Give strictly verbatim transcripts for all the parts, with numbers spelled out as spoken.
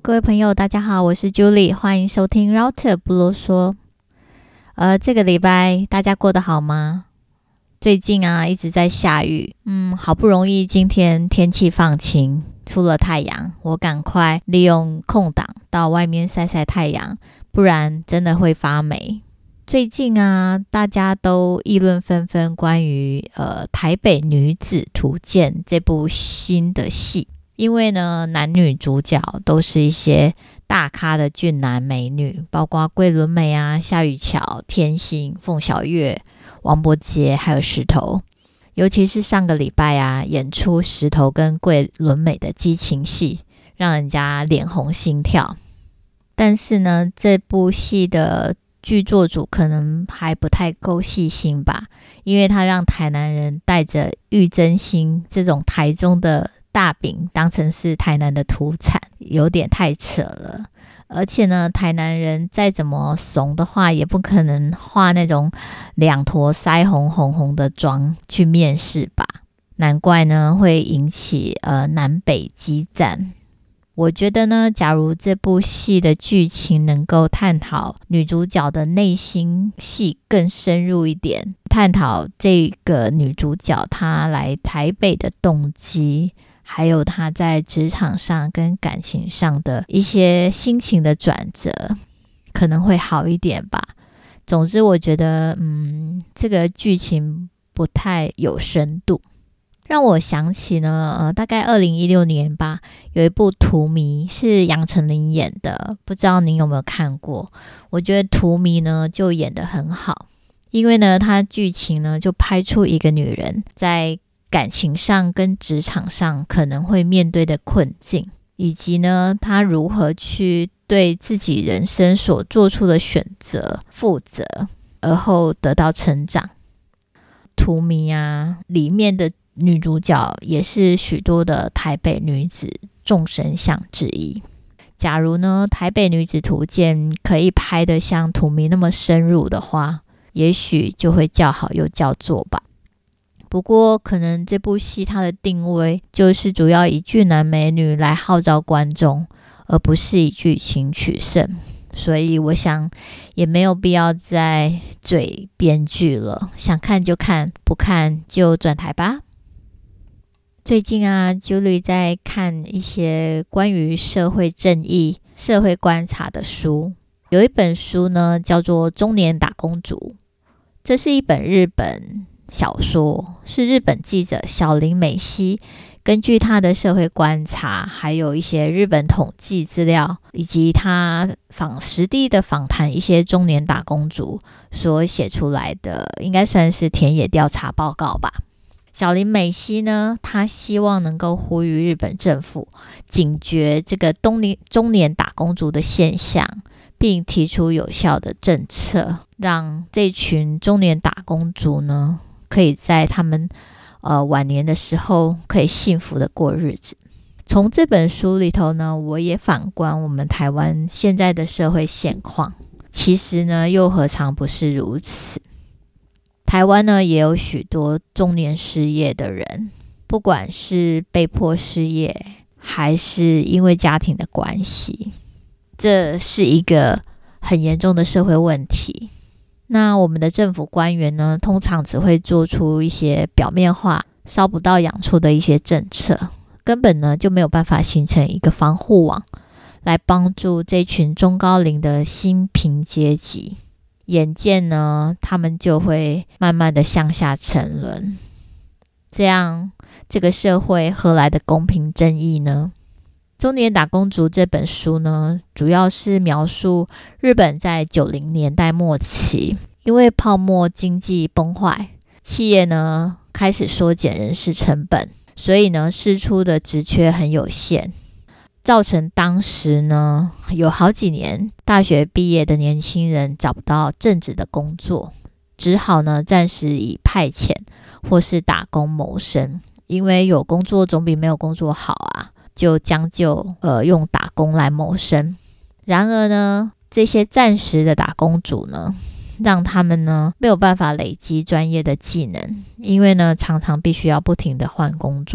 各位朋友，大家好，我是 Julie， 欢迎收听 Router 不啰嗦。呃，这个礼拜大家过得好吗？最近啊一直在下雨，嗯，好不容易今天天气放晴，出了太阳，我赶快利用空档到外面晒晒太阳，不然真的会发霉。最近啊，大家都议论纷纷关于呃《台北女子图鉴》这部新的戏。因为呢，男女主角都是一些大咖的俊男美女，包括桂纶镁啊、夏雨乔、天心、凤小岳、王柏杰还有石头。尤其是上个礼拜啊，演出石头跟桂纶镁的激情戏，让人家脸红心跳。但是呢，这部戏的剧作组可能还不太够细心吧，因为他让台南人带着玉珍心这种台中的大饼当成是台南的土产，有点太扯了。而且呢，台南人再怎么怂的话，也不可能画那种两坨腮红红红的妆去面试吧。难怪呢会引起呃南北激战。我觉得呢，假如这部戏的剧情能够探讨女主角的内心戏更深入一点，探讨这个女主角她来台北的动机，还有她在职场上跟感情上的一些心情的转折，可能会好一点吧。总之我觉得嗯，这个剧情不太有深度，让我想起呢呃，大概二零一六年吧，有一部荼蘼是杨丞琳演的，不知道您有没有看过。我觉得荼蘼呢就演得很好，因为呢它剧情呢就拍出一个女人在感情上跟职场上可能会面对的困境，以及呢她如何去对自己人生所做出的选择负责，而后得到成长。荼蘼啊里面的女主角也是许多的台北女子众生相之一。假如呢台北女子图鉴可以拍得像荼蘼那么深入的话，也许就会叫好又叫座吧。不过可能这部戏它的定位就是主要以俊男美女来号召观众，而不是以剧情取胜，所以我想也没有必要再嘴编剧了，想看就看，不看就转台吧。最近啊 Julie 在看一些关于社会正义、社会观察的书，有一本书呢叫做《中年打工族》，这是一本日本小说，是日本记者小林美希根据他的社会观察，还有一些日本统计资料，以及他访实地的访谈一些中年打工族所写出来的，应该算是田野调查报告吧。小林美希呢，他希望能够呼吁日本政府警觉这个中年中年打工族的现象，并提出有效的政策，让这群中年打工族呢可以在他们呃晚年的时候可以幸福的过日子。从这本书里头呢，我也反观我们台湾现在的社会现况，其实呢又何尝不是如此。台湾呢也有许多中年失业的人，不管是被迫失业还是因为家庭的关系，这是一个很严重的社会问题。那我们的政府官员呢，通常只会做出一些表面化、烧不到痒处的一些政策，根本呢就没有办法形成一个防护网，来帮助这群中高龄的新贫阶级。眼见呢，他们就会慢慢的向下沉沦。这样，这个社会何来的公平正义呢？中年打工族这本书呢，主要是描述日本在九零年代末期，因为泡沫经济崩坏，企业呢开始缩减人事成本，所以呢释出的职缺很有限，造成当时呢有好几年大学毕业的年轻人找不到正职的工作，只好呢暂时以派遣或是打工谋生，因为有工作总比没有工作好啊，就将就呃用打工来谋生。然而呢，这些暂时的打工族呢，让他们呢没有办法累积专业的技能，因为呢常常必须要不停的换工作，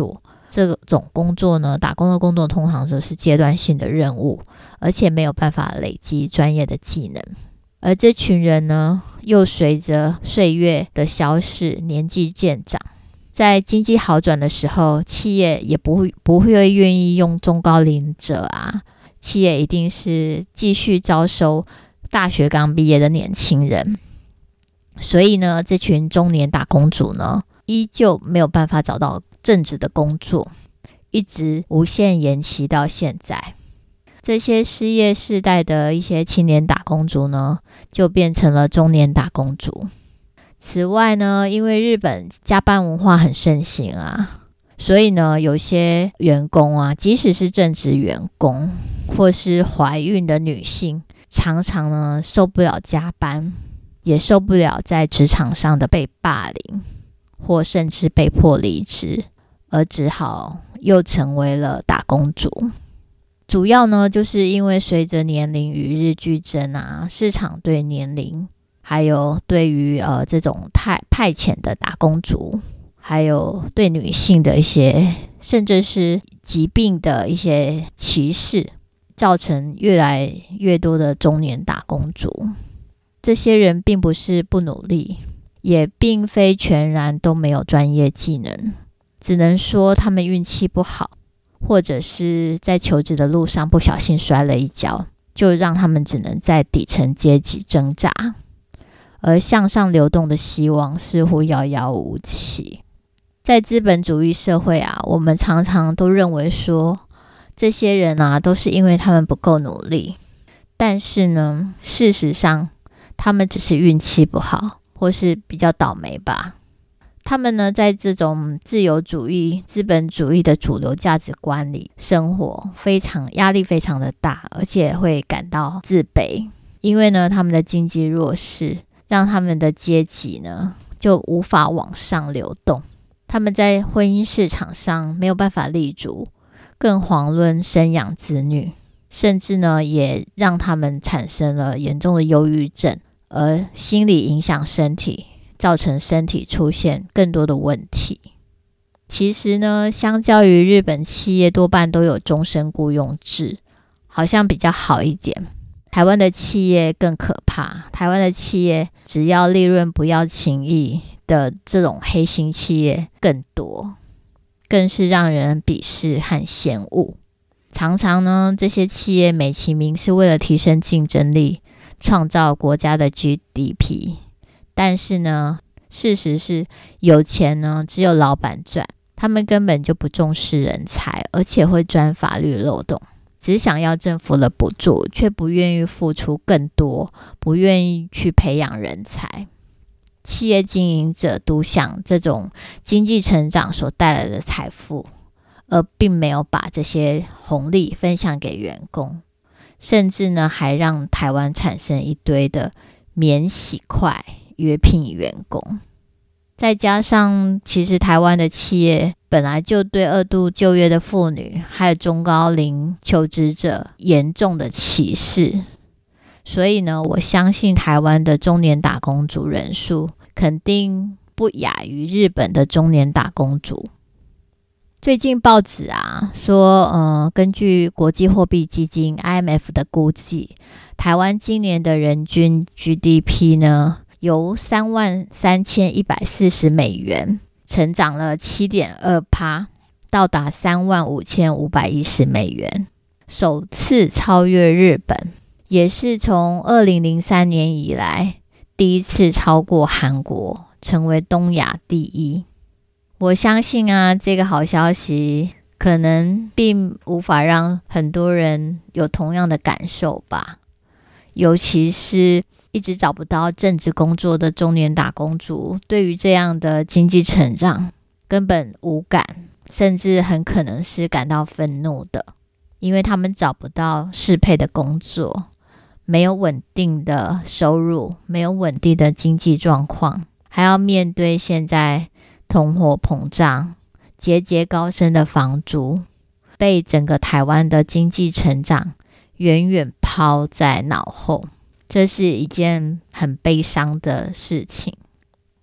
这种工作呢，打工的工作通常都是阶段性的任务，而且没有办法累积专业的技能。而这群人呢，又随着岁月的消逝，年纪渐长，在经济好转的时候，企业也不会不会愿意用中高龄者啊，企业一定是继续招收大学刚毕业的年轻人。所以呢，这群中年打工族呢，依旧没有办法找到正职的工作，一直无限延期到现在。这些失业世代的一些青年打工族呢，就变成了中年打工族。此外呢，因为日本加班文化很盛行啊，所以呢，有些员工啊，即使是正职员工或是怀孕的女性，常常呢受不了加班，也受不了在职场上的被霸凌，或甚至被迫离职，而只好又成为了打工族。主要呢，就是因为随着年龄与日俱增啊，市场对年龄，还有对于呃这种派派遣的打工族，还有对女性的一些，甚至是疾病的一些歧视，造成越来越多的中年打工族。这些人并不是不努力，也并非全然都没有专业技能，只能说他们运气不好，或者是在求职的路上不小心摔了一跤，就让他们只能在底层阶级挣扎，而向上流动的希望似乎遥遥无期。在资本主义社会啊，我们常常都认为说，这些人啊都是因为他们不够努力，但是呢，事实上他们只是运气不好，或是比较倒霉吧。他们呢，在这种自由主义、资本主义的主流价值观里生活，非常压力非常的大，而且会感到自卑，因为呢，他们的经济弱势，让他们的阶级呢就无法往上流动。他们在婚姻市场上没有办法立足，更遑论生养子女，甚至呢，也让他们产生了严重的忧郁症，而心理影响身体，造成身体出现更多的问题。其实呢，相较于日本企业多半都有终身雇佣制，好像比较好一点。台湾的企业更可怕，台湾的企业只要利润不要情义的这种黑心企业更多，更是让人鄙视和嫌恶。常常呢，这些企业美其名是为了提升竞争力，创造国家的 G D P， 但是呢，事实是有钱呢只有老板赚，他们根本就不重视人才，而且会钻法律漏洞，只想要政府的补助，却不愿意付出更多，不愿意去培养人才。企业经营者独享这种经济成长所带来的财富，而并没有把这些红利分享给员工，甚至呢还让台湾产生一堆的免洗块约聘员工。再加上其实台湾的企业本来就对二度就业的妇女还有中高龄求职者严重的歧视，所以呢，我相信台湾的中年打工族人数肯定不亚于日本的中年打工族。最近报纸啊说，呃，根据国际货币基金 I M F 的估计，台湾今年的人均 G D P 呢，由三万三千一百四十美元成长了 百分之七点二， 到达三万五千五百一十美元，首次超越日本，也是从二零零三年以来第一次超过韩国，成为东亚第一。我相信啊，这个好消息可能并无法让很多人有同样的感受吧，尤其是一直找不到正职工作的中年打工族，对于这样的经济成长根本无感，甚至很可能是感到愤怒的，因为他们找不到适配的工作，没有稳定的收入，没有稳定的经济状况，还要面对现在通货膨胀、节节高升的房租，被整个台湾的经济成长远远抛在脑后，这是一件很悲伤的事情。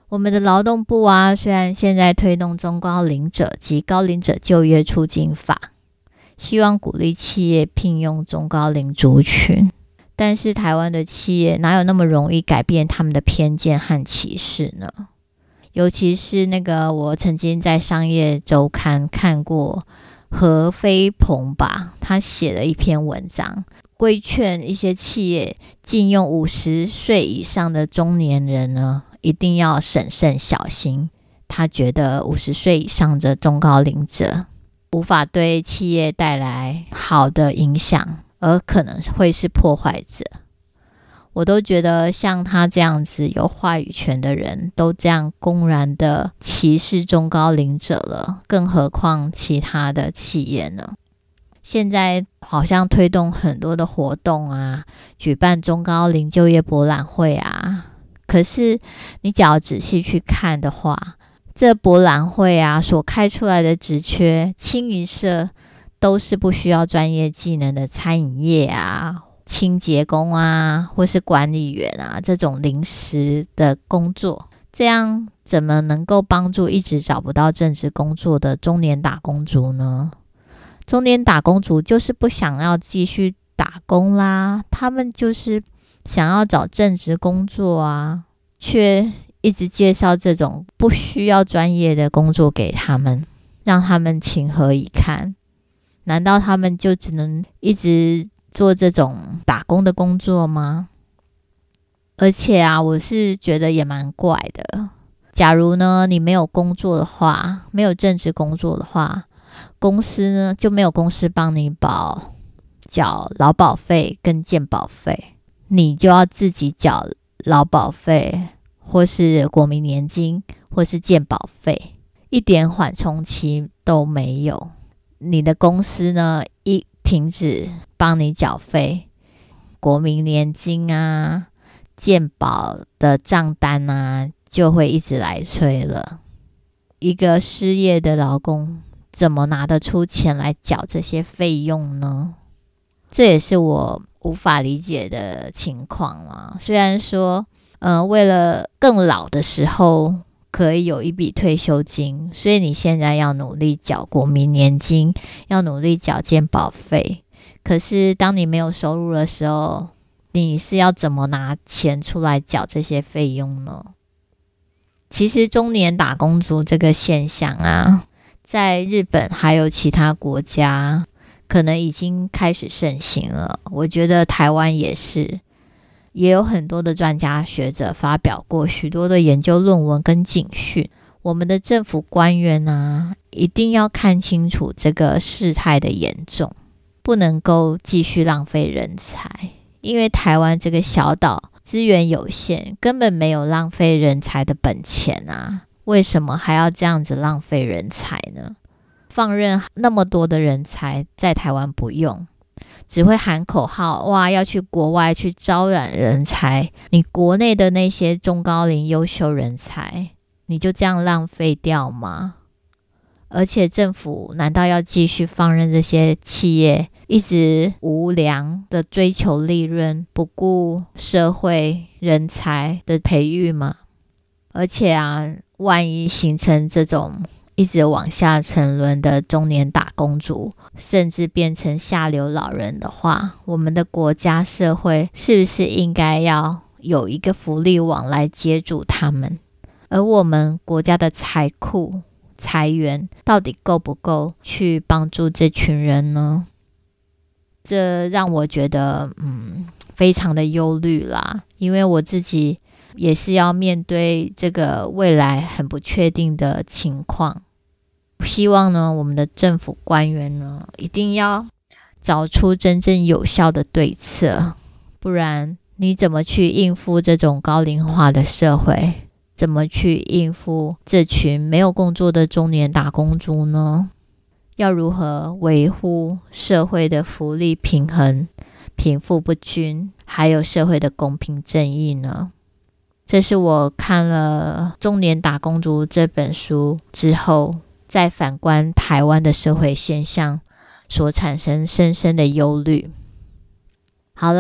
我们的劳动部啊，虽然现在推动中高龄者及高龄者就业促进法，希望鼓励企业聘用中高龄族群，但是台湾的企业哪有那么容易改变他们的偏见和歧视呢？尤其是那个我曾经在商业周刊看过何飞鹏吧，他写了一篇文章，规劝一些企业禁用五十岁以上的中年人呢，一定要审慎小心。他觉得五十岁以上的中高龄者无法对企业带来好的影响，而可能会是破坏者。我都觉得像他这样子有话语权的人都这样公然的歧视中高龄者了，更何况其他的企业呢？现在好像推动很多的活动啊，举办中高龄就业博览会啊，可是你只要仔细去看的话，这博览会啊所开出来的职缺清一色都是不需要专业技能的餐饮业啊、清洁工啊，或是管理员啊，这种临时的工作，这样怎么能够帮助一直找不到正职工作的中年打工族呢？中年打工族就是不想要继续打工啦，他们就是想要找正职工作啊，却一直介绍这种不需要专业的工作给他们，让他们情何以堪？难道他们就只能一直做这种打工的工作吗？而且啊，我是觉得也蛮怪的。假如呢，你没有工作的话，没有正职工作的话，公司呢就没有公司帮你保缴劳保费跟健保费，你就要自己缴劳保费，或是国民年金，或是健保费，一点缓冲期都没有。你的公司呢一停止帮你缴费，国民年金啊、健保的账单啊就会一直来催了。一个失业的劳工怎么拿得出钱来缴这些费用呢？这也是我无法理解的情况啦。虽然说呃，为了更老的时候可以有一笔退休金，所以你现在要努力缴国民年金，要努力缴健保费，可是当你没有收入的时候，你是要怎么拿钱出来缴这些费用呢？其实中年打工族这个现象啊，在日本还有其他国家可能已经开始盛行了，我觉得台湾也是，也有很多的专家学者发表过许多的研究论文跟警讯。我们的政府官员啊，一定要看清楚这个事态的严重，不能够继续浪费人才，因为台湾这个小岛资源有限，根本没有浪费人才的本钱啊，为什么还要这样子浪费人才呢？放任那么多的人才在台湾不用，只会喊口号，哇，要去国外去招揽人才，你国内的那些中高龄优秀人才，你就这样浪费掉吗？而且政府难道要继续放任这些企业一直无良的追求利润，不顾社会人才的培育吗？而且啊，万一形成这种一直往下沉沦的中年打工族，甚至变成下流老人的话，我们的国家社会是不是应该要有一个福利网来接住他们？而我们国家的财库财源到底够不够去帮助这群人呢？这让我觉得嗯，非常的忧虑啦，因为我自己也是要面对这个未来很不确定的情况。希望呢，我们的政府官员呢，一定要找出真正有效的对策，不然你怎么去应付这种高龄化的社会？怎么去应付这群没有工作的中年打工族呢？要如何维护社会的福利平衡、贫富不均，还有社会的公平正义呢？这是我看了《中年打工族》这本书之后，再反观台湾的社会现象所产生深深的忧虑。好啦，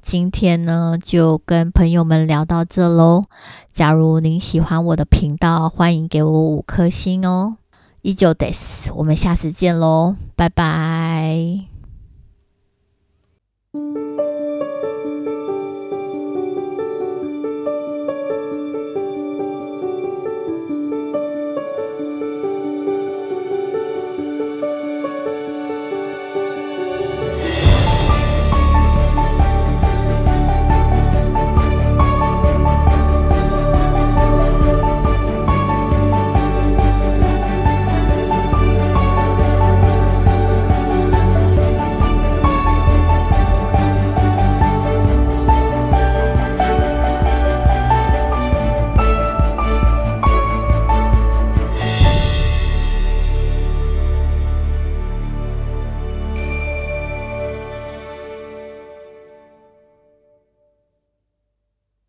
今天呢就跟朋友们聊到这咯。假如您喜欢我的频道，欢迎给我五颗星哦。以上です，我们下次见咯，拜拜。